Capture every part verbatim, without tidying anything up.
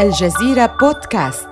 الجزيرة بودكاست.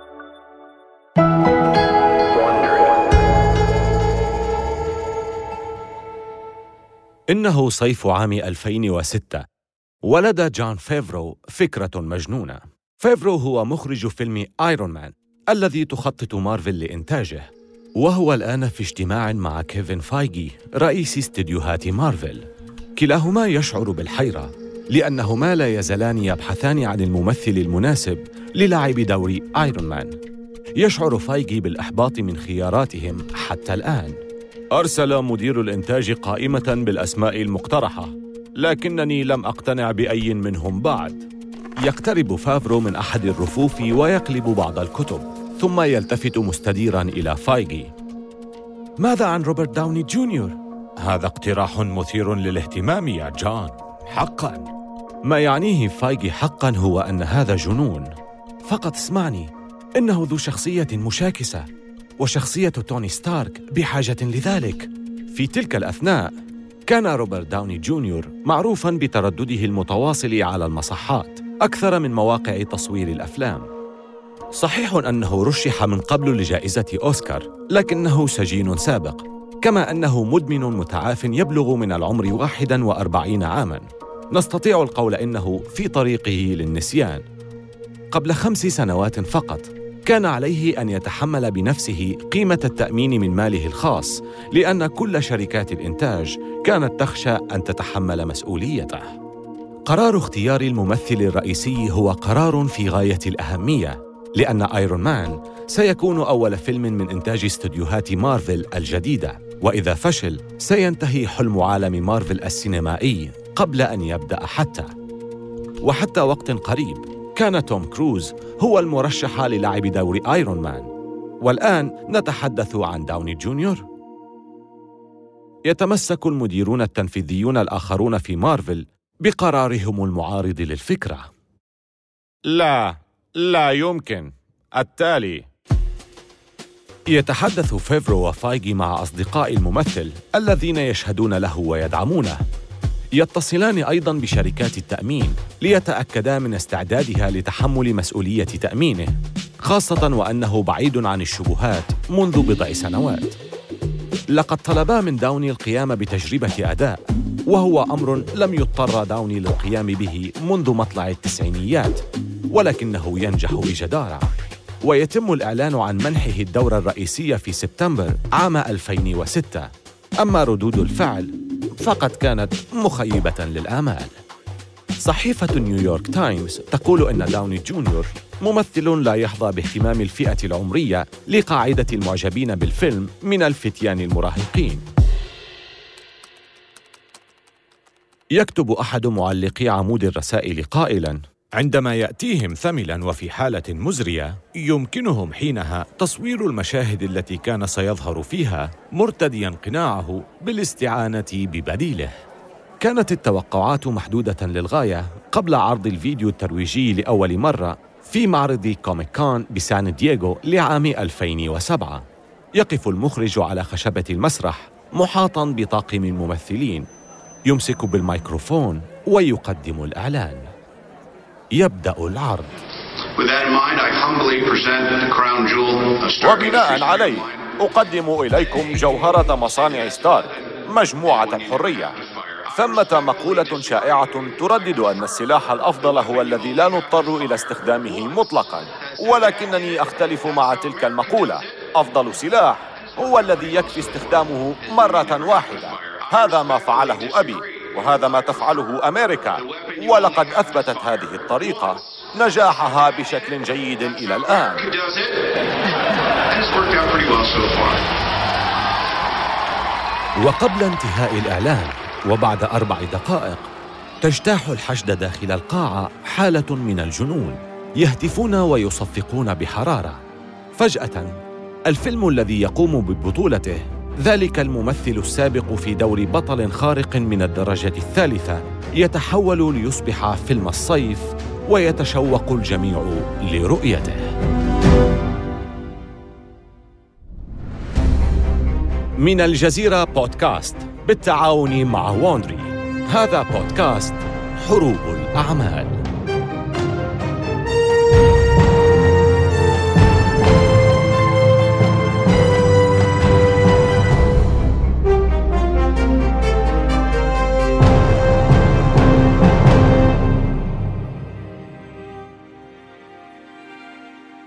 إنه صيف عام ألفين وستة. ولد جون فيفرو فكرة مجنونة. فيفرو هو مخرج فيلم آيرون مان الذي تخطط مارفل لإنتاجه، وهو الآن في اجتماع مع كيفن فايغي رئيس استديوهات مارفل. كلاهما يشعر بالحيرة لأنهما لا يزالان يبحثان عن الممثل المناسب للعب دور آيرون مان. يشعر فايغي بالإحباط من خياراتهم حتى الآن. أرسل مدير الإنتاج قائمة بالأسماء المقترحة، لكنني لم أقتنع بأي منهم بعد. يقترب فافرو من أحد الرفوف ويقلب بعض الكتب، ثم يلتفت مستديراً إلى فايغي. ماذا عن روبرت داوني جونيور؟ هذا اقتراح مثير للاهتمام يا جون، حقاً. ما يعنيه فايغي حقاً هو أن هذا جنون. فقط اسمعني، إنه ذو شخصية مشاكسة، وشخصية توني ستارك بحاجة لذلك. في تلك الأثناء كان روبرت داوني جونيور معروفاً بتردده المتواصل على المصحات أكثر من مواقع تصوير الأفلام. صحيح أنه رشح من قبل لجائزة أوسكار، لكنه سجين سابق، كما أنه مدمن متعاف يبلغ من العمر واحد وأربعين عاماً. نستطيع القول إنه في طريقه للنسيان. قبل خمس سنوات فقط كان عليه أن يتحمل بنفسه قيمة التأمين من ماله الخاص، لأن كل شركات الإنتاج كانت تخشى أن تتحمل مسؤوليته. قرار اختيار الممثل الرئيسي هو قرار في غاية الأهمية، لأن آيرون مان سيكون أول فيلم من إنتاج استوديوهات مارفل الجديدة، وإذا فشل سينتهي حلم عالم مارفل السينمائي قبل أن يبدأ حتى. وحتى وقت قريب كان توم كروز هو المرشح للعب دور آيرون مان، والآن نتحدث عن داوني جونيور. يتمسك المديرون التنفيذيون الآخرون في مارفل بقرارهم المعارض للفكرة. لا، لا يمكن. التالي. يتحدث فيفرو وفايغي مع أصدقاء الممثل الذين يشهدون له ويدعمونه. يتصلان أيضاً بشركات التأمين ليتأكدا من استعدادها لتحمل مسؤولية تأمينه، خاصة وأنه بعيد عن الشبهات منذ بضع سنوات. لقد طلبا من داوني القيام بتجربة أداء، وهو أمر لم يضطر داوني للقيام به منذ مطلع التسعينيات، ولكنه ينجح بجدارة. ويتم الإعلان عن منحه الدور الرئيسي في سبتمبر عام ألفين وستة. أما ردود الفعل فقد كانت مخيبة للآمال. صحيفة نيويورك تايمز تقول إن داوني جونيور ممثل لا يحظى باهتمام الفئة العمرية لقاعدة المعجبين بالفيلم من الفتيان المراهقين. يكتب أحد معلقي عمود الرسائل قائلاً: عندما يأتيهم ثملاً وفي حالة مزرية، يمكنهم حينها تصوير المشاهد التي كان سيظهر فيها، مرتدياً قناعه بالاستعانة ببديله. كانت التوقعات محدودة للغاية قبل عرض الفيديو الترويجي لأول مرة في معرض كوميك كون بسان دييغو لعام ألفين وسبعة. يقف المخرج على خشبة المسرح محاطاً بطاقم ممثلين، يمسك بالميكروفون ويقدم الإعلان. يبدأ العرض. وبناء عليه أقدم إليكم جوهرة مصانع ستارك، مجموعة الحرية. ثمة مقولة شائعة تردد أن السلاح الأفضل هو الذي لا نضطر إلى استخدامه مطلقاً، ولكنني أختلف مع تلك المقولة. أفضل سلاح هو الذي يكفي استخدامه مرة واحدة. هذا ما فعله أبي، وهذا ما تفعله أمريكا، ولقد أثبتت هذه الطريقة نجاحها بشكل جيد إلى الآن. وقبل انتهاء الإعلان وبعد أربع دقائق تجتاح الحشد داخل القاعة حالة من الجنون، يهتفون ويصفقون بحرارة. فجأة الفيلم الذي يقوم ببطولته ذلك الممثل السابق في دور بطل خارق من الدرجة الثالثة يتحول ليصبح فيلم الصيف، ويتشوق الجميع لرؤيته. من الجزيرة بودكاست بالتعاون مع ووندري. هذا بودكاست حروب الأعمال.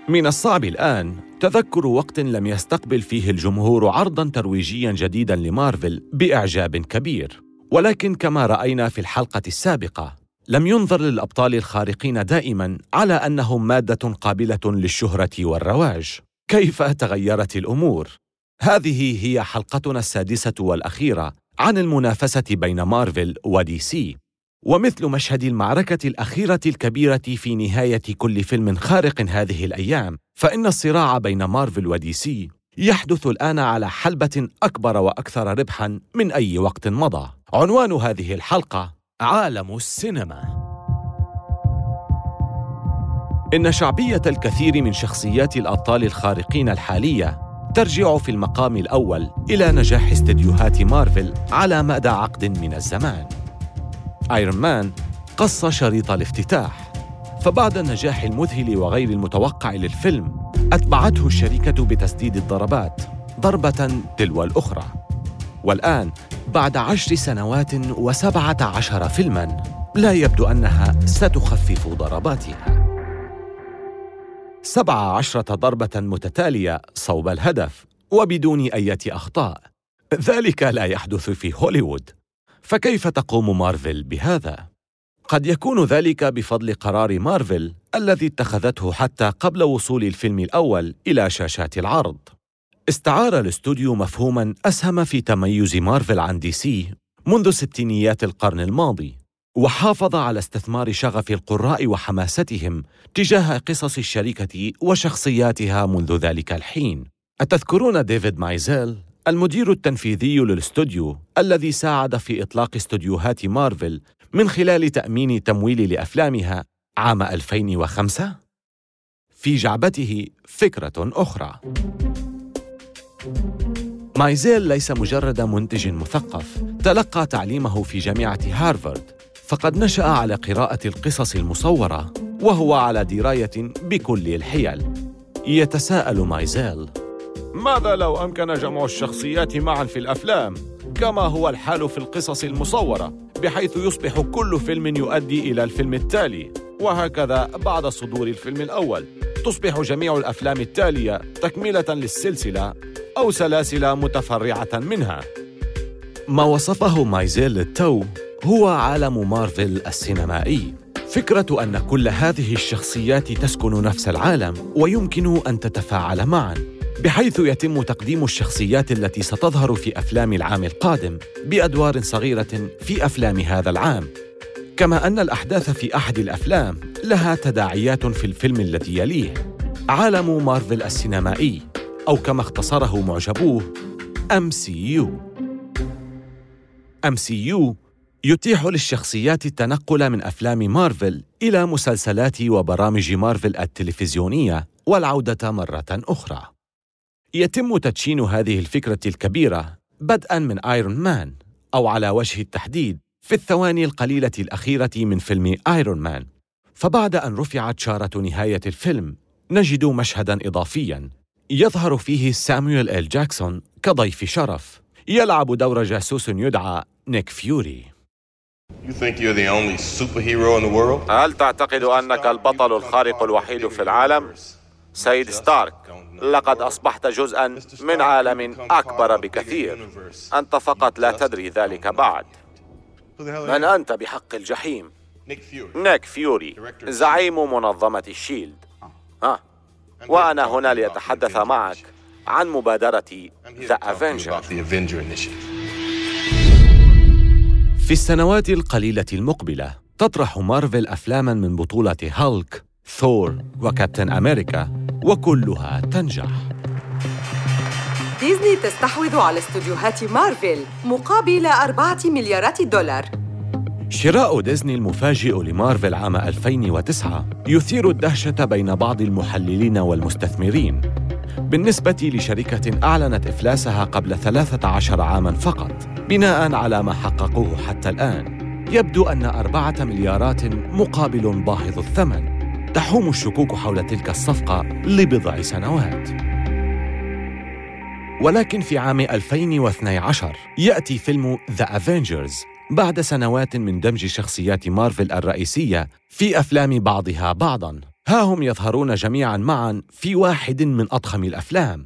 من الصعب الآن تذكر وقت لم يستقبل فيه الجمهور عرضاً ترويجياً جديداً لمارفل بإعجاب كبير، ولكن كما رأينا في الحلقة السابقة لم ينظر للأبطال الخارقين دائماً على أنهم مادة قابلة للشهرة والرواج. كيف تغيرت الأمور؟ هذه هي حلقتنا السادسة والأخيرة عن المنافسة بين مارفل ودي سي، ومثل مشهد المعركة الأخيرة الكبيرة في نهاية كل فيلم خارق هذه الأيام، فإن الصراع بين مارفل ودي سي يحدث الآن على حلبة أكبر وأكثر ربحاً من أي وقت مضى. عنوان هذه الحلقة: عالم السينما. إن شعبية الكثير من شخصيات الأبطال الخارقين الحالية ترجع في المقام الأول إلى نجاح استديوهات مارفل على مدى عقد من الزمان. آيرون مان قص شريط الافتتاح، فبعد النجاح المذهل وغير المتوقع للفيلم أتبعته الشركة بتسديد الضربات ضربة تلو الأخرى، والآن بعد عشر سنوات وسبعة عشر فيلماً لا يبدو أنها ستخفف ضرباتها. سبع عشرة ضربة متتالية صوب الهدف وبدون أي أخطاء. ذلك لا يحدث في هوليوود، فكيف تقوم مارفل بهذا؟ قد يكون ذلك بفضل قرار مارفل الذي اتخذته حتى قبل وصول الفيلم الأول إلى شاشات العرض. استعار الاستوديو مفهوماً أسهم في تميز مارفل عن دي سي منذ ستينيات القرن الماضي، وحافظ على استثمار شغف القراء وحماستهم تجاه قصص الشركة وشخصياتها منذ ذلك الحين. أتذكرون ديفيد مايزيل، المدير التنفيذي للاستوديو الذي ساعد في إطلاق استوديوهات مارفل من خلال تأمين تمويل لأفلامها عام ألفين وخمسة؟ في جعبته فكرة أخرى. مايزيل ليس مجرد منتج مثقف تلقى تعليمه في جامعة هارفارد، فقد نشأ على قراءة القصص المصورة وهو على دراية بكل الحيل. يتساءل مايزيل: ماذا لو أمكن جمع الشخصيات معاً في الأفلام كما هو الحال في القصص المصورة، بحيث يصبح كل فيلم يؤدي إلى الفيلم التالي، وهكذا بعد صدور الفيلم الأول تصبح جميع الأفلام التالية تكملة للسلسلة أو سلاسل متفرعة منها. ما وصفه مايزيل للتو هو عالم مارفل السينمائي، فكرة أن كل هذه الشخصيات تسكن نفس العالم ويمكن أن تتفاعل معاً، بحيث يتم تقديم الشخصيات التي ستظهر في أفلام العام القادم بأدوار صغيرة في أفلام هذا العام، كما أن الأحداث في أحد الأفلام لها تداعيات في الفيلم الذي يليه. عالم مارفل السينمائي، أو كما اختصره معجبوه إم سي يو. إم سي يو يتيح للشخصيات التنقل من أفلام مارفل إلى مسلسلات وبرامج مارفل التلفزيونية والعودة مرة أخرى. يتم تدشين هذه الفكرة الكبيرة بدءاً من آيرون مان، أو على وجه التحديد في الثواني القليلة الأخيرة من فيلم آيرون مان. فبعد أن رفعت شارة نهاية الفيلم نجد مشهداً إضافياً يظهر فيه سامويل إل جاكسون كضيف شرف يلعب دور جاسوس يدعى نيك فيوري. هل تعتقد أنك البطل الخارق الوحيد في العالم؟ سيد ستارك، لقد أصبحت جزءاً من عالم أكبر بكثير. أنت فقط لا تدري ذلك بعد. من أنت بحق الجحيم؟ نيك فيوري، زعيم منظمة الشيلد. ها، وأنا هنا لأتحدث معك عن مبادرة The Avenger. في السنوات القليلة المقبلة تطرح مارفل أفلاماً من بطولة هالك، ثور وكابتن أمريكا، وكلها تنجح. ديزني تستحوذ على استوديوهات مارفل مقابل أربعة مليارات دولار. شراء ديزني المفاجئ لمارفل عام ألفين وتسعة يثير الدهشة بين بعض المحللين والمستثمرين، بالنسبة لشركة أعلنت إفلاسها قبل ثلاثة عشر عاماً فقط. بناءً على ما حققوه حتى الآن، يبدو أن أربعة مليارات مقابل باهظ الثمن. تحوم الشكوك حول تلك الصفقة لبضع سنوات. ولكن في عام ألفين واثني عشر يأتي فيلم The Avengers بعد سنوات من دمج شخصيات مارفل الرئيسية في أفلام بعضها بعضاً، ها هم يظهرون جميعاً معاً في واحد من أضخم الأفلام.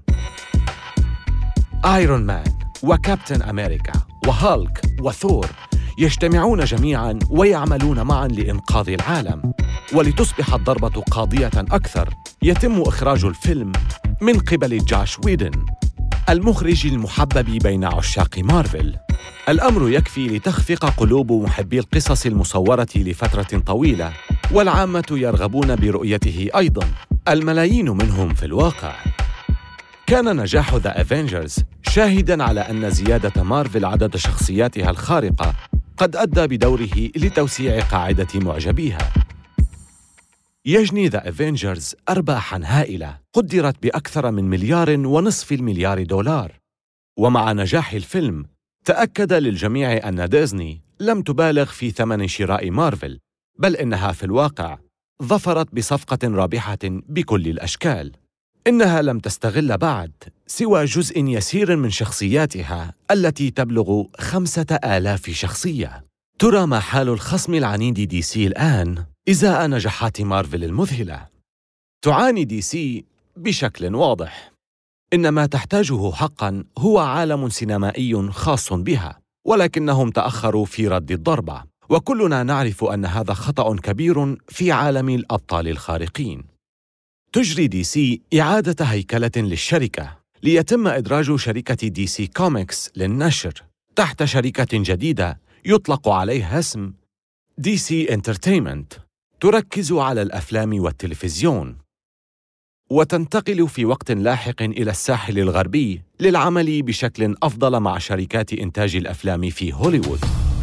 آيرون مان وكابتن أمريكا وهالك وثور يجتمعون جميعاً ويعملون معاً لإنقاذ العالم. ولتصبح الضربة قاضية أكثر، يتم إخراج الفيلم من قبل جاش ويدن، المخرج المحبب بين عشاق مارفل. الأمر يكفي لتخفق قلوب محبي القصص المصورة لفترة طويلة، والعامة يرغبون برؤيته أيضاً، الملايين منهم في الواقع. كان نجاح ذا أفينجرز شاهداً على أن زيادة مارفل عدد شخصياتها الخارقة قد أدى بدوره لتوسيع قاعدة معجبيها. يجني ذا أفينجرز أرباحاً هائلة قدرت بأكثر من مليار ونصف المليار دولار. ومع نجاح الفيلم تأكد للجميع أن ديزني لم تبالغ في ثمن شراء مارفل، بل إنها في الواقع ظفرت بصفقة رابحة بكل الأشكال. إنها لم تستغل بعد سوى جزء يسير من شخصياتها التي تبلغ خمسة آلاف شخصية. ترى ما حال الخصم العنيد دي سي الآن إزاء نجاحات مارفل المذهلة؟ تعاني دي سي بشكل واضح. إن ما تحتاجه حقاً هو عالم سينمائي خاص بها، ولكنهم تأخروا في رد الضربة، وكلنا نعرف أن هذا خطأ كبير في عالم الأبطال الخارقين. تجري دي سي إعادة هيكلة للشركة ليتم إدراج شركة دي سي كوميكس للنشر تحت شركة جديدة يطلق عليها اسم دي سي انترتينمنت، تركز على الأفلام والتلفزيون، وتنتقل في وقت لاحق إلى الساحل الغربي للعمل بشكل أفضل مع شركات إنتاج الأفلام في هوليوود.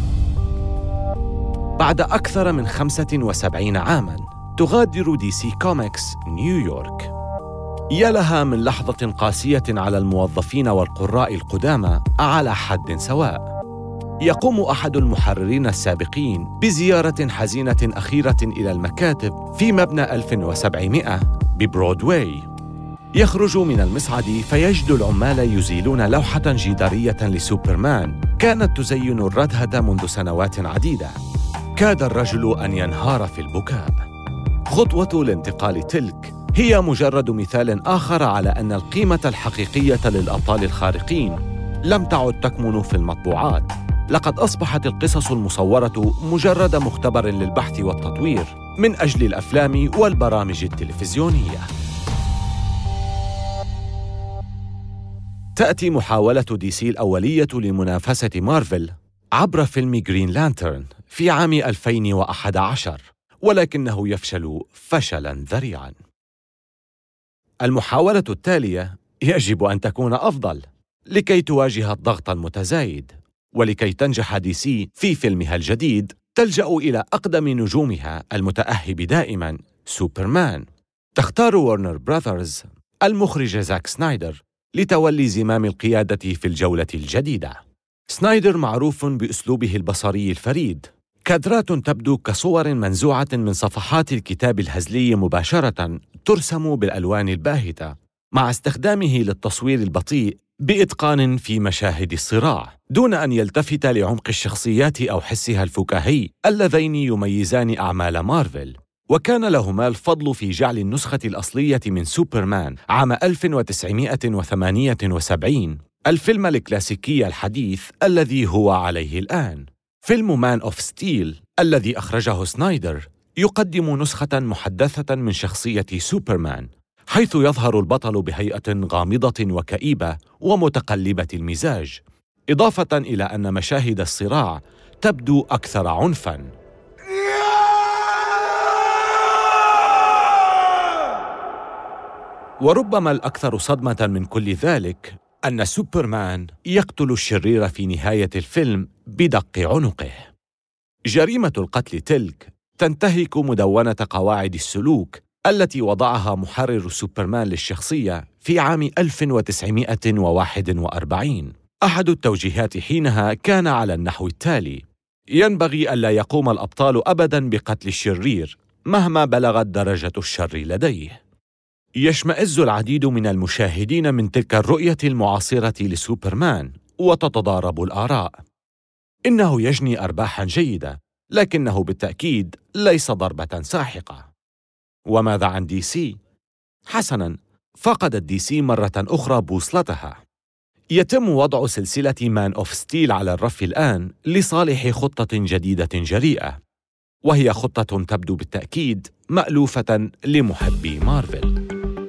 بعد أكثر من خمسة وسبعين عاماً تغادر دي سي كوميكس نيويورك. يا لها من لحظة قاسية على الموظفين والقراء القدامى على حد سواء. يقوم أحد المحررين السابقين بزيارة حزينة أخيرة إلى المكاتب في مبنى ألف وسبعمائة ببرودواي. يخرج من المصعد فيجد العمال يزيلون لوحة جدارية لسوبرمان كانت تزين الردهة منذ سنوات عديدة. كاد الرجل أن ينهار في البكاء. خطوة الانتقال تلك هي مجرد مثال آخر على أن القيمة الحقيقية للأبطال الخارقين لم تعد تكمن في المطبوعات. لقد أصبحت القصص المصورة مجرد مختبر للبحث والتطوير من أجل الأفلام والبرامج التلفزيونية. تأتي محاولة دي سي الأولية لمنافسة مارفل عبر فيلم جرين لانترن في عام ألفين وأحد عشر، ولكنه يفشل فشلاً ذريعاً. المحاولة التالية يجب أن تكون أفضل لكي تواجه الضغط المتزايد. ولكي تنجح دي سي في فيلمها الجديد تلجأ إلى أقدم نجومها المتأهب دائماً سوبرمان. تختار وارنر براذرز المخرج زاك سنايدر لتولي زمام القيادة في الجولة الجديدة. سنايدر معروف بأسلوبه البصري الفريد، كادرات تبدو كصور منزوعة من صفحات الكتاب الهزلي مباشرة ترسم بالألوان الباهتة، مع استخدامه للتصوير البطيء بإتقان في مشاهد الصراع، دون أن يلتفت لعمق الشخصيات أو حسها الفكاهي اللذين يميزان أعمال مارفل. وكان لهما الفضل في جعل النسخة الأصلية من سوبرمان عام ألف وتسعمائة وثمانية وسبعين الفيلم الكلاسيكي الحديث الذي هو عليه الآن. فيلم مان أوف ستيل الذي أخرجه سنايدر يقدم نسخة محدثة من شخصية سوبرمان، حيث يظهر البطل بهيئة غامضة وكئيبة ومتقلبة المزاج، إضافة إلى أن مشاهد الصراع تبدو أكثر عنفاً. وربما الأكثر صدمة من كل ذلك أن سوبرمان يقتل الشرير في نهاية الفيلم بدق عنقه. جريمة القتل تلك تنتهك مدونة قواعد السلوك التي وضعها محرر سوبرمان للشخصية في عام ألف وتسعمائة وواحد وأربعين. أحد التوجيهات حينها كان على النحو التالي: ينبغي ألا يقوم الأبطال أبداً بقتل الشرير مهما بلغت درجة الشر لديه. يشمئز العديد من المشاهدين من تلك الرؤية المعاصرة لسوبرمان، وتتضارب الآراء. إنه يجني أرباحاً جيدة، لكنه بالتأكيد ليس ضربة ساحقة. وماذا عن دي سي؟ حسناً، فقدت دي سي مرة أخرى بوصلتها. يتم وضع سلسلة مان أوف ستيل على الرف الآن لصالح خطة جديدة جريئة، وهي خطة تبدو بالتأكيد مألوفة لمحبي مارفل.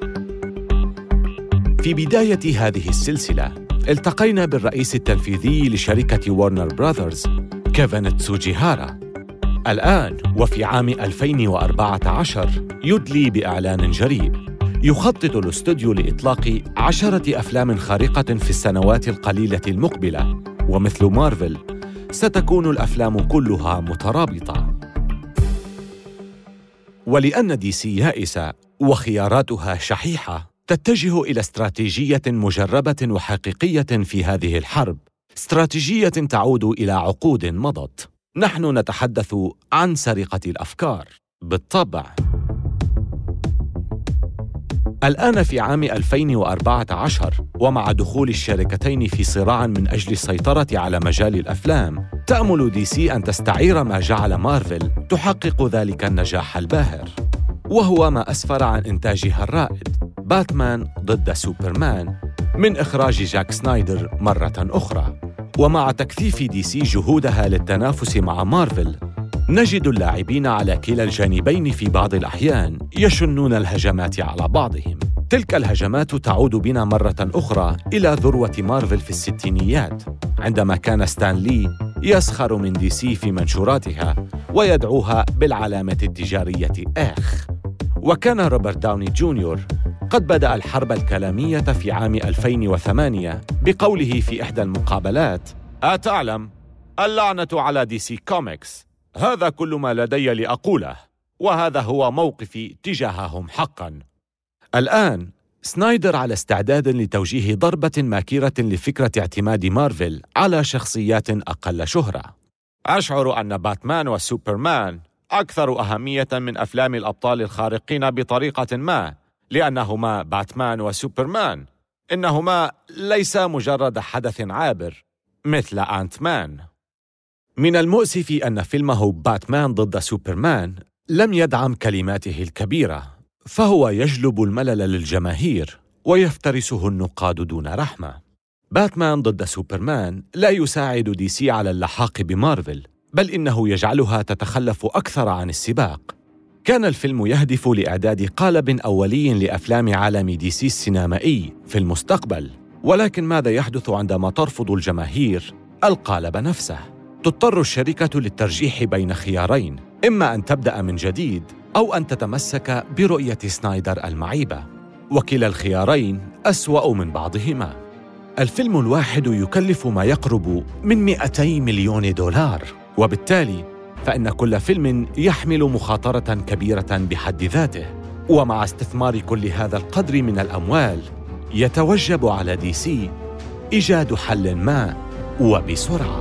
في بداية هذه السلسلة التقينا بالرئيس التنفيذي لشركة وارنر براذرز كيفن تسوجيهارا. الآن وفي عام ألفين وأربعة عشر يدلي بإعلان جريء: يخطط الاستوديو لإطلاق عشرة أفلام خارقة في السنوات القليلة المقبلة، ومثل مارفل ستكون الأفلام كلها مترابطة. ولأن دي سي يائسة وخياراتها شحيحة، تتجه إلى استراتيجية مجربة وحقيقية في هذه الحرب، استراتيجية تعود إلى عقود مضت. نحن نتحدث عن سرقة الأفكار. بالطبع. الآن في عام ألفين وأربعة عشر، ومع دخول الشركتين في صراع من أجل السيطرة على مجال الأفلام، تأمل دي سي أن تستعير ما جعل مارفل تحقق ذلك النجاح الباهر، وهو ما أسفر عن إنتاجها الرائد باتمان ضد سوبرمان من إخراج جاك سنايدر مرة أخرى. ومع تكثيف دي سي جهودها للتنافس مع مارفل، نجد اللاعبين على كلا الجانبين في بعض الأحيان يشنون الهجمات على بعضهم. تلك الهجمات تعود بنا مرة أخرى إلى ذروة مارفل في الستينيات، عندما كان ستان لي يسخر من دي سي في منشوراتها ويدعوها بالعلامة التجارية إخ. وكان روبرت داوني جونيور قد بدأ الحرب الكلامية في عام ألفين وثمانية بقوله في إحدى المقابلات: أتعلم، اللعنة على دي سي كوميكس، هذا كل ما لدي لأقوله، وهذا هو موقفي تجاههم حقاً. الآن سنايدر على استعداد لتوجيه ضربة ماكرة لفكرة اعتماد مارفل على شخصيات أقل شهرة. أشعر أن باتمان وسوبرمان أكثر أهمية من أفلام الأبطال الخارقين بطريقة ما، لأنهما باتمان وسوبرمان، إنهما ليس مجرد حدث عابر مثل أنت مان. من المؤسف أن فيلمه باتمان ضد سوبرمان لم يدعم كلماته الكبيرة، فهو يجلب الملل للجماهير ويفترسه النقاد دون رحمة. باتمان ضد سوبرمان لا يساعد دي سي على اللحاق بمارفل، بل إنه يجعلها تتخلف أكثر عن السباق. كان الفيلم يهدف لإعداد قالب أولي لأفلام عالم دي سي السينمائي في المستقبل، ولكن ماذا يحدث عندما ترفض الجماهير القالب نفسه؟ تضطر الشركة للترجيح بين خيارين: إما أن تبدأ من جديد أو أن تتمسك برؤية سنايدر المعيبة، وكلا الخيارين أسوأ من بعضهما. الفيلم الواحد يكلف ما يقرب من مئتي مليون دولار، وبالتالي فإن كل فيلم يحمل مخاطرة كبيرة بحد ذاته. ومع استثمار كل هذا القدر من الأموال، يتوجب على دي سي إيجاد حل ما وبسرعة.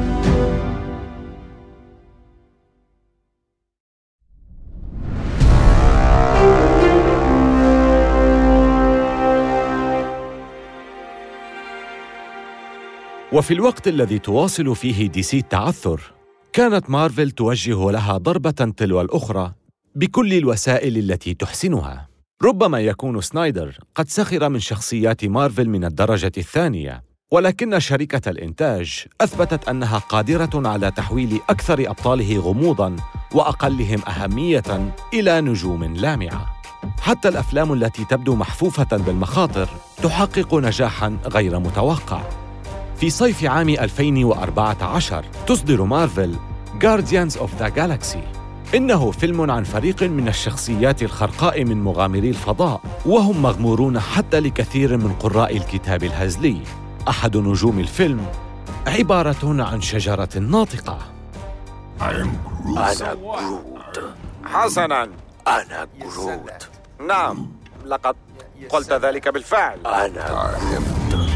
وفي الوقت الذي تواصل فيه دي سي التعثر، كانت مارفل توجه لها ضربة تلو الأخرى بكل الوسائل التي تحسنها. ربما يكون سنايدر قد سخر من شخصيات مارفل من الدرجة الثانية، ولكن شركة الإنتاج أثبتت أنها قادرة على تحويل أكثر أبطاله غموضاً وأقلهم أهمية إلى نجوم لامعة. حتى الأفلام التي تبدو محفوفة بالمخاطر تحقق نجاحاً غير متوقع. في صيف عام ألفين وأربعة عشر تصدر مارفل Guardians of the Galaxy. إنه فيلم عن فريق من الشخصيات الخرقاء من مغامري الفضاء، وهم مغمورون حتى لكثير من قراء الكتاب الهزلي. أحد نجوم الفيلم عبارة عن شجرة ناطقة. أنا جروت. حسناً، أنا جروت. نعم، لقد قلت ذلك بالفعل. أنا جروت.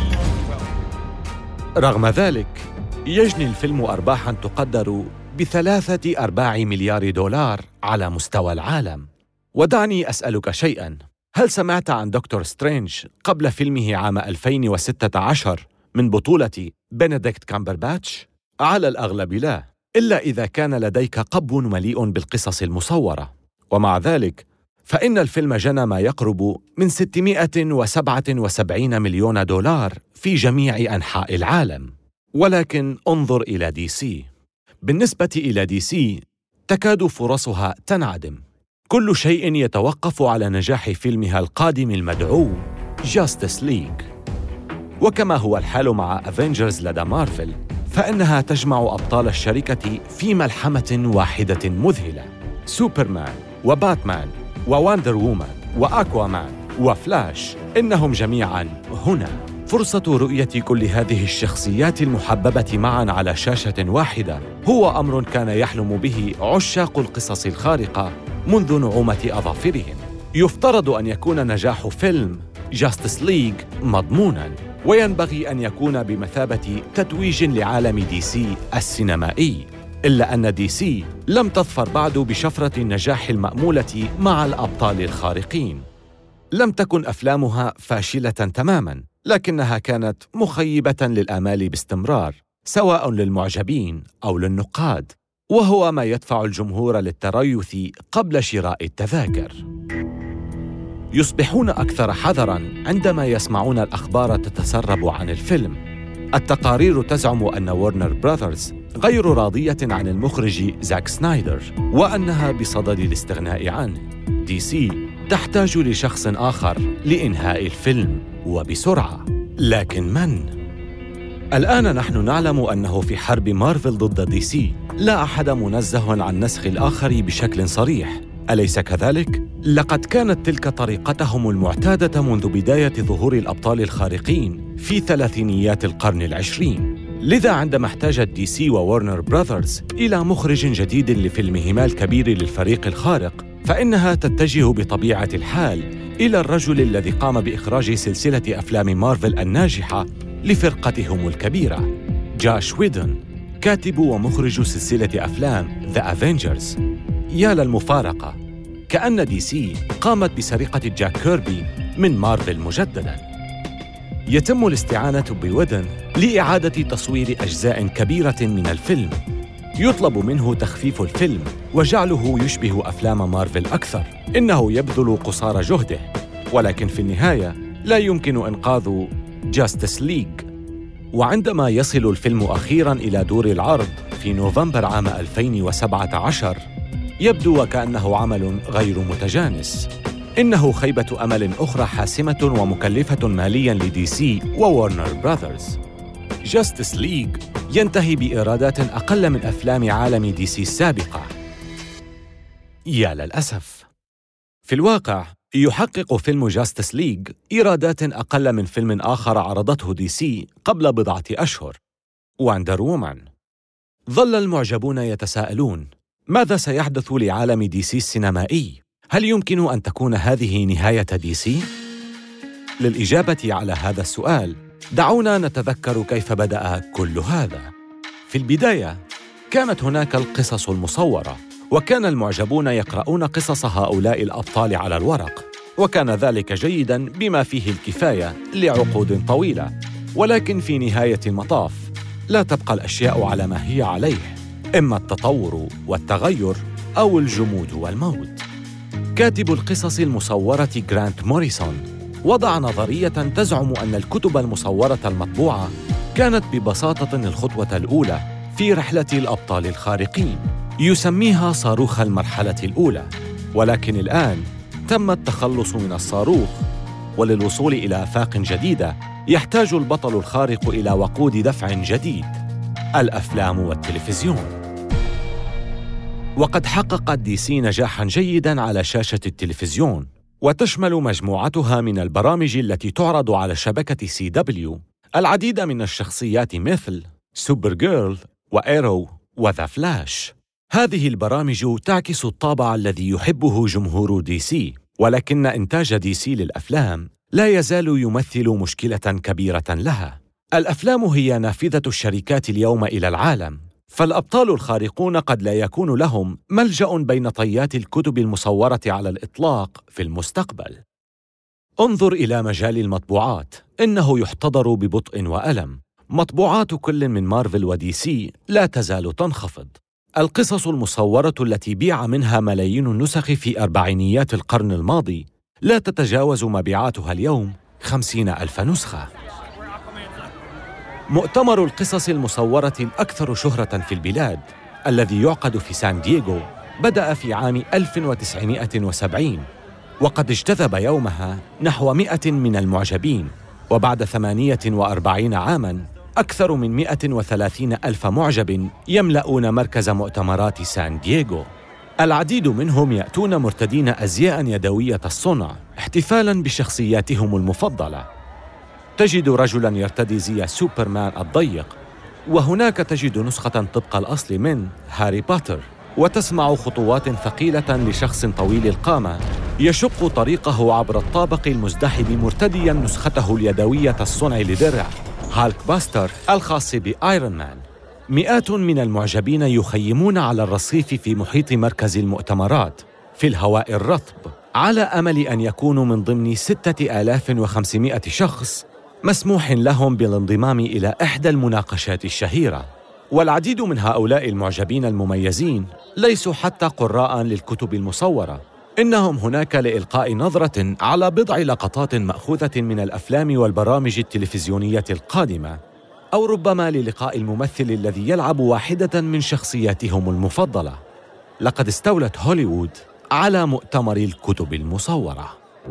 رغم ذلك، يجني الفيلم أرباحاً تقدر بثلاثة أرباع مليار دولار على مستوى العالم. ودعني أسألك شيئاً: هل سمعت عن دكتور سترينج قبل فيلمه عام ألفين وستة عشر من بطولة بنديكت كامبرباتش؟ على الأغلب لا، إلا إذا كان لديك قبو مليء بالقصص المصورة. ومع ذلك فإن الفيلم جنى ما يقرب من ستمائة وسبعة وسبعين مليون دولار في جميع أنحاء العالم. ولكن انظر إلى دي سي. بالنسبة إلى دي سي تكاد فرصها تنعدم. كل شيء يتوقف على نجاح فيلمها القادم المدعو جاستس ليج. وكما هو الحال مع أفنجرز لدى مارفل، فإنها تجمع أبطال الشركة في ملحمة واحدة مذهلة: سوبرمان وباتمان وواندر وومان وأكوامان وفلاش، إنهم جميعاً هنا. فرصة رؤية كل هذه الشخصيات المحببة معاً على شاشة واحدة هو أمر كان يحلم به عشاق القصص الخارقة منذ نعومة أظافرهم. يفترض أن يكون نجاح فيلم جاستس ليج مضموناً، وينبغي أن يكون بمثابة تتويج لعالم دي سي السينمائي. إلا أن دي سي لم تظفر بعد بشفرة النجاح المأمولة مع الأبطال الخارقين. لم تكن أفلامها فاشلة تماماً، لكنها كانت مخيبة للآمال باستمرار، سواء للمعجبين أو للنقاد، وهو ما يدفع الجمهور للتريث قبل شراء التذاكر. يصبحون أكثر حذراً عندما يسمعون الأخبار تتسرب عن الفيلم. التقارير تزعم أن وارنر براذرز غير راضية عن المخرج زاك سنايدر، وأنها بصدد الاستغناء عنه. دي سي تحتاج لشخص آخر لإنهاء الفيلم وبسرعة. لكن من؟ الآن نحن نعلم أنه في حرب مارفل ضد دي سي لا أحد منزه عن نسخ الآخر بشكل صريح، أليس كذلك؟ لقد كانت تلك طريقتهم المعتادة منذ بداية ظهور الأبطال الخارقين في ثلاثينيات القرن العشرين. لذا عندما احتاجت دي سي وورنر براذرز إلى مخرج جديد لفيلمهما الكبير للفريق الخارق، فإنها تتجه بطبيعة الحال إلى الرجل الذي قام بإخراج سلسلة أفلام مارفل الناجحة لفرقتهم الكبيرة: جوش ويدون، كاتب ومخرج سلسلة أفلام ذا أفنجرز. يا للمفارقة، كأن دي سي قامت بسرقة جاك كيربي من مارفل مجدداً. يتم الاستعانة بويدون لإعادة تصوير أجزاء كبيرة من الفيلم. يطلب منه تخفيف الفيلم وجعله يشبه أفلام مارفل أكثر. إنه يبذل قصارى جهده، ولكن في النهاية لا يمكن إنقاذ جاستس ليج. وعندما يصل الفيلم أخيراً إلى دور العرض في نوفمبر عام ألفين وسبعة عشر، يبدو وكأنه عمل غير متجانس. إنه خيبة أمل أخرى حاسمة ومكلفة مالياً لدي سي وورنر براذرز. جاستس ليج ينتهي بإيرادات أقل من أفلام عالم دي سي السابقة. يا للأسف. في الواقع يحقق فيلم جاستس ليج إيرادات أقل من فيلم آخر عرضته دي سي قبل بضعة أشهر: واندر وومان. ظل المعجبون يتساءلون: ماذا سيحدث لعالم دي سي السينمائي؟ هل يمكن أن تكون هذه نهاية دي سي؟ للإجابة على هذا السؤال، دعونا نتذكر كيف بدأ كل هذا. في البداية كانت هناك القصص المصورة، وكان المعجبون يقرؤون قصص هؤلاء الأبطال على الورق، وكان ذلك جيداً بما فيه الكفاية لعقود طويلة. ولكن في نهاية المطاف لا تبقى الأشياء على ما هي عليه، إما التطور والتغير أو الجمود والموت. كاتب القصص المصورة جرانت موريسون وضع نظرية تزعم أن الكتب المصورة المطبوعة كانت ببساطة الخطوة الأولى في رحلة الأبطال الخارقين، يسميها صاروخ المرحلة الأولى. ولكن الآن تم التخلص من الصاروخ، وللوصول إلى آفاق جديدة يحتاج البطل الخارق إلى وقود دفع جديد: الأفلام والتلفزيون. وقد حققت دي سي نجاحاً جيداً على شاشة التلفزيون، وتشمل مجموعتها من البرامج التي تعرض على شبكة سي دبليو العديد من الشخصيات مثل سوبر جيرل وإيرو وذا فلاش. هذه البرامج تعكس الطابع الذي يحبه جمهور دي سي، ولكن إنتاج دي سي للأفلام لا يزال يمثل مشكلة كبيرة لها. الأفلام هي نافذة الشركات اليوم إلى العالم، فالأبطال الخارقون قد لا يكون لهم ملجأ بين طيات الكتب المصورة على الإطلاق في المستقبل. انظر إلى مجال المطبوعات، إنه يحتضر ببطء وألم. مطبوعات كل من مارفل ودي سي لا تزال تنخفض. القصص المصورة التي بيع منها ملايين النسخ في أربعينيات القرن الماضي لا تتجاوز مبيعاتها اليوم خمسين ألف نسخة. مؤتمر القصص المصورة الأكثر شهرة في البلاد الذي يعقد في سان دييغو بدأ في عام ألف وتسعمائة وسبعين، وقد اجتذب يومها نحو مئة من المعجبين، وبعد ثمانية وأربعين عاماً أكثر من مئة وثلاثين ألف معجب يملؤون مركز مؤتمرات سان دييغو. العديد منهم يأتون مرتدين أزياء يدوية الصنع احتفالاً بشخصياتهم المفضلة. تجد رجلاً يرتدي زي سوبرمان الضيق، وهناك تجد نسخة طبق الأصل من هاري بوتر، وتسمع خطوات ثقيلة لشخص طويل القامة يشق طريقه عبر الطابق المزدحم مرتدياً نسخته اليدوية الصنع لدرع هالك باستر الخاص بآيرون مان. مئات من المعجبين يخيمون على الرصيف في محيط مركز المؤتمرات في الهواء الرطب على أمل أن يكونوا من ضمن ستة آلاف وخمسمائة شخص مسموح لهم بالانضمام إلى إحدى المناقشات الشهيرة. والعديد من هؤلاء المعجبين المميزين ليسوا حتى قراء للكتب المصورة، إنهم هناك لإلقاء نظرة على بضع لقطات مأخوذة من الأفلام والبرامج التلفزيونية القادمة، أو ربما للقاء الممثل الذي يلعب واحدة من شخصياتهم المفضلة. لقد استولت هوليوود على مؤتمر الكتب المصورة.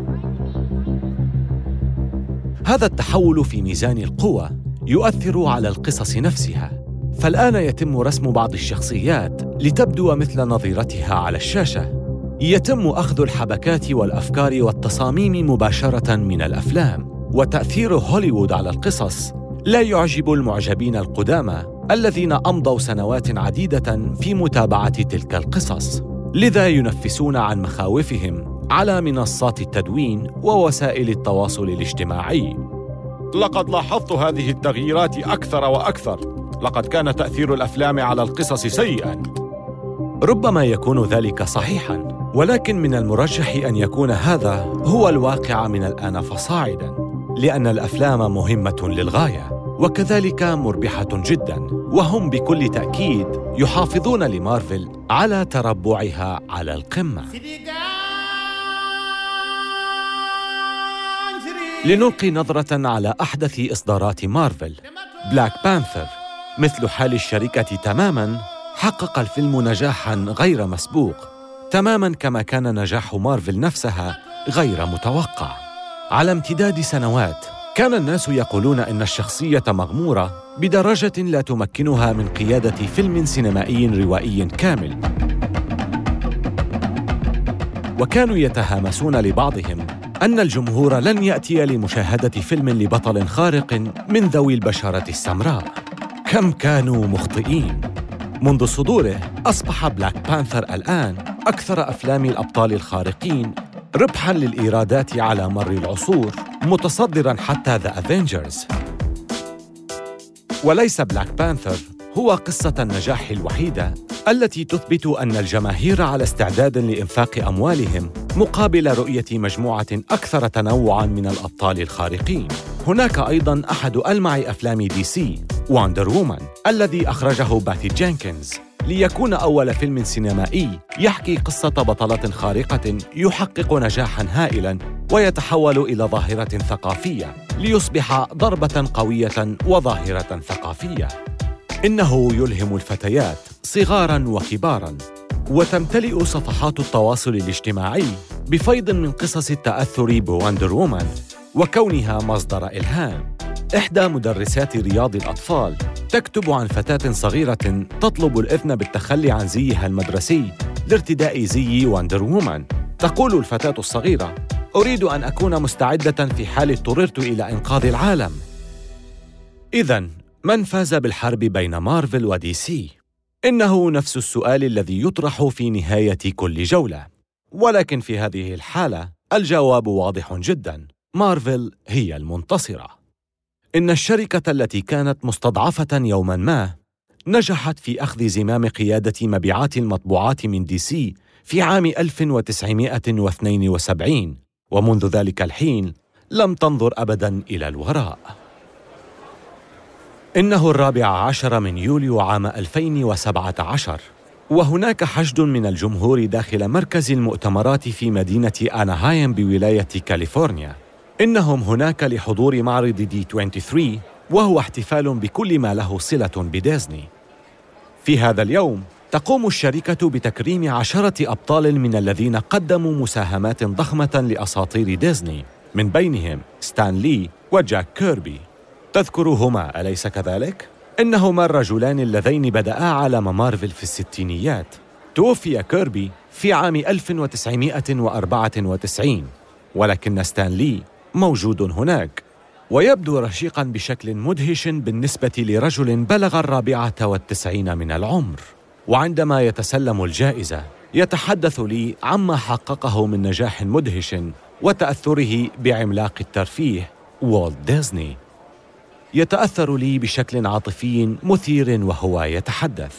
هذا التحول في ميزان القوى يؤثر على القصص نفسها، فالآن يتم رسم بعض الشخصيات لتبدو مثل نظيرتها على الشاشة. يتم أخذ الحبكات والأفكار والتصاميم مباشرة من الأفلام، وتأثير هوليوود على القصص لا يعجب المعجبين القدامى الذين أمضوا سنوات عديدة في متابعة تلك القصص، لذا ينفسون عن مخاوفهم على منصات التدوين ووسائل التواصل الاجتماعي. لقد لاحظت هذه التغييرات أكثر وأكثر. لقد كان تأثير الأفلام على القصص سيئاً. ربما يكون ذلك صحيحاً، ولكن من المرجح أن يكون هذا هو الواقع من الآن فصاعداً، لأن الأفلام مهمة للغاية وكذلك مربحة جداً، وهم بكل تأكيد يحافظون لمارفل على تربعها على القمة. لنلقي نظرة على أحدث إصدارات مارفل. بلاك بانثر مثل حال الشركة تماماً حقق الفيلم نجاحاً غير مسبوق، تماماً كما كان نجاح مارفل نفسها غير متوقع. على امتداد سنوات كان الناس يقولون إن الشخصية مغمورة بدرجة لا تمكنها من قيادة فيلم سينمائي روائي كامل، وكانوا يتهامسون لبعضهم أن الجمهور لن يأتي لمشاهدة فيلم لبطل خارق من ذوي البشرة السمراء. كم كانوا مخطئين. منذ صدوره أصبح بلاك بانثر الآن أكثر أفلام الأبطال الخارقين ربحاً للإيرادات على مر العصور، متصدراً حتى ذا أفينجرز. وليس بلاك بانثر هو قصة النجاح الوحيدة التي تثبت أن الجماهير على استعداد لإنفاق أموالهم مقابل رؤية مجموعة أكثر تنوعاً من الأبطال الخارقين. هناك أيضاً أحد ألمع أفلام دي سي، وندر وومن، الذي أخرجه باتي جينكنز ليكون أول فيلم سينمائي يحكي قصة بطلة خارقة يحقق نجاحاً هائلاً ويتحول إلى ظاهرة ثقافية ليصبح ضربة قوية وظاهرة ثقافية. إنه يلهم الفتيات صغاراً وكباراً، وتمتلئ صفحات التواصل الاجتماعي بفيض من قصص التأثر بوندر وومن وكونها مصدر إلهام. إحدى مدرسات رياض الأطفال تكتب عن فتاة صغيرة تطلب الإذن بالتخلي عن زيها المدرسي لارتداء زي وندر وومن. تقول الفتاة الصغيرة: أريد أن أكون مستعدة في حال اضطررت إلى إنقاذ العالم. إذن من فاز بالحرب بين مارفل ودي سي؟ إنه نفس السؤال الذي يطرح في نهاية كل جولة، ولكن في هذه الحالة الجواب واضح جداً: مارفل هي المنتصرة. إن الشركة التي كانت مستضعفة يوماً ما نجحت في أخذ زمام قيادة مبيعات المطبوعات من دي سي في عام ألف وتسعمائة واثنين وسبعين، ومنذ ذلك الحين لم تنظر أبداً إلى الوراء. إنه الرابع عشر من يوليو عام ألفين وسبعة عشر، وهناك حشد من الجمهور داخل مركز المؤتمرات في مدينة أناهايم بولاية كاليفورنيا. إنهم هناك لحضور معرض دي ثلاثة وعشرين، وهو احتفال بكل ما له صلة بديزني. في هذا اليوم تقوم الشركة بتكريم عشرة أبطال من الذين قدموا مساهمات ضخمة لأساطير ديزني، من بينهم ستان لي وجاك كيربي. تذكرهما أليس كذلك؟ إنهما الرجلان اللذين بدأا عالم مارفل في الستينيات. توفي كيربي في عام ألف وتسعمائة وأربعة وتسعين، ولكن ستان لي موجود هناك، ويبدو رشيقاً بشكل مدهش بالنسبة لرجل بلغ الرابعة والتسعين من العمر. وعندما يتسلم الجائزة يتحدث لي عما حققه من نجاح مدهش وتأثره بعملاق الترفيه والت ديزني. يتأثر لي بشكل عاطفي مثير وهو يتحدث: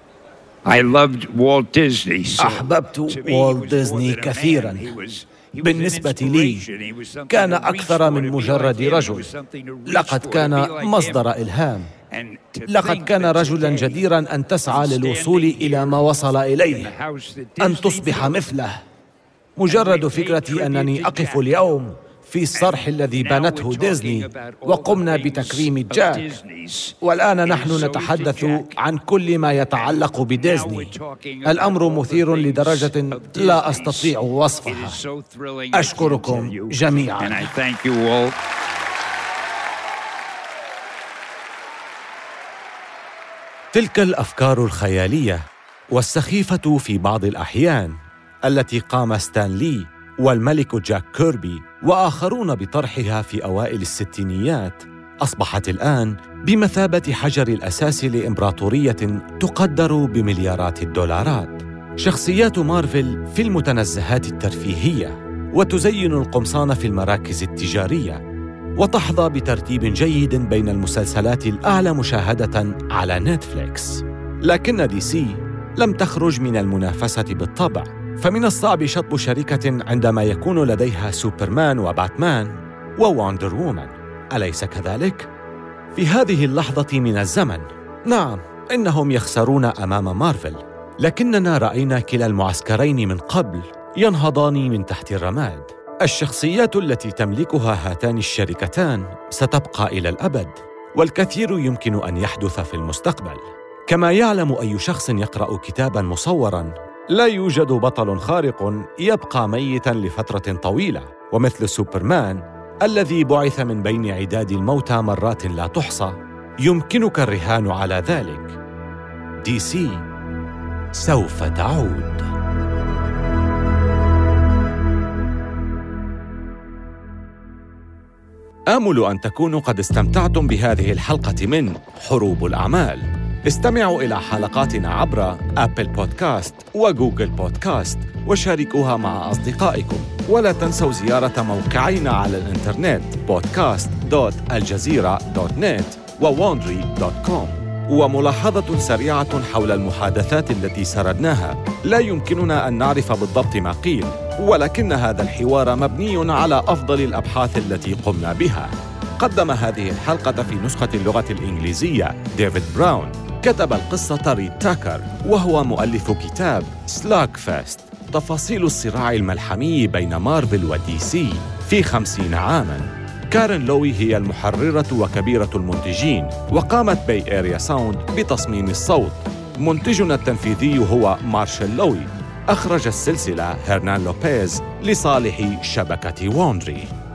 أحببت والت ديزني كثيراً. بالنسبة لي كان أكثر من مجرد رجل، لقد كان مصدر إلهام. لقد كان رجلاً جديراً أن تسعى للوصول إلى ما وصل إليه، أن تصبح مثله. مجرد فكرتي أنني أقف اليوم في الصرح الذي بنته ديزني وقمنا بتكريم جاك، والآن نحن نتحدث عن كل ما يتعلق بديزني. الأمر مثير لدرجة لا أستطيع وصفها. أشكركم جميعاً. تلك الأفكار الخيالية والسخيفة في بعض الأحيان التي قام ستان لي والملك جاك كيربي وآخرون بطرحها في أوائل الستينيات أصبحت الآن بمثابة حجر الأساس لإمبراطورية تقدر بمليارات الدولارات. شخصيات مارفل في المتنزهات الترفيهية، وتزين القمصان في المراكز التجارية، وتحظى بترتيب جيد بين المسلسلات الأعلى مشاهدة على نتفليكس. لكن دي سي لم تخرج من المنافسة بالطبع، فمن الصعب شطب شركة عندما يكون لديها سوبرمان وباتمان ووندر وومن، أليس كذلك؟ في هذه اللحظة من الزمن، نعم، إنهم يخسرون أمام مارفل، لكننا رأينا كلا المعسكرين من قبل ينهضان من تحت الرماد. الشخصيات التي تملكها هاتان الشركتان ستبقى إلى الأبد، والكثير يمكن أن يحدث في المستقبل. كما يعلم أي شخص يقرأ كتاباً مصوراً، لا يوجد بطل خارق يبقى ميتاً لفترة طويلة، ومثل سوبرمان الذي بعث من بين عداد الموتى مرات لا تحصى، يمكنك الرهان على ذلك. دي سي سوف تعود. آمل أن تكونوا قد استمتعتم بهذه الحلقة من حروب الأعمال. استمعوا إلى حلقاتنا عبر أبل بودكاست وجوجل بودكاست، وشاركوها مع أصدقائكم. ولا تنسوا زيارة موقعينا على الإنترنت بودكاست دوت الجزيرة دوت نت ووندري دوت كوم. وملاحظة سريعة حول المحادثات التي سردناها: لا يمكننا أن نعرف بالضبط ما قيل، ولكن هذا الحوار مبني على أفضل الأبحاث التي قمنا بها. قدم هذه الحلقة في نسخة اللغة الإنجليزية ديفيد براون. كتب القصة ريد تاكر، وهو مؤلف كتاب سلاغ فيست: تفاصيل الصراع الملحمي بين مارفل ودي سي في خمسين عاماً. كارين لوي هي المحررة وكبيرة المنتجين، وقامت باي إيريا ساوند بتصميم الصوت. منتجنا التنفيذي هو مارشال لوي. أخرج السلسلة هرنان لوبيز لصالح شبكة ووندري.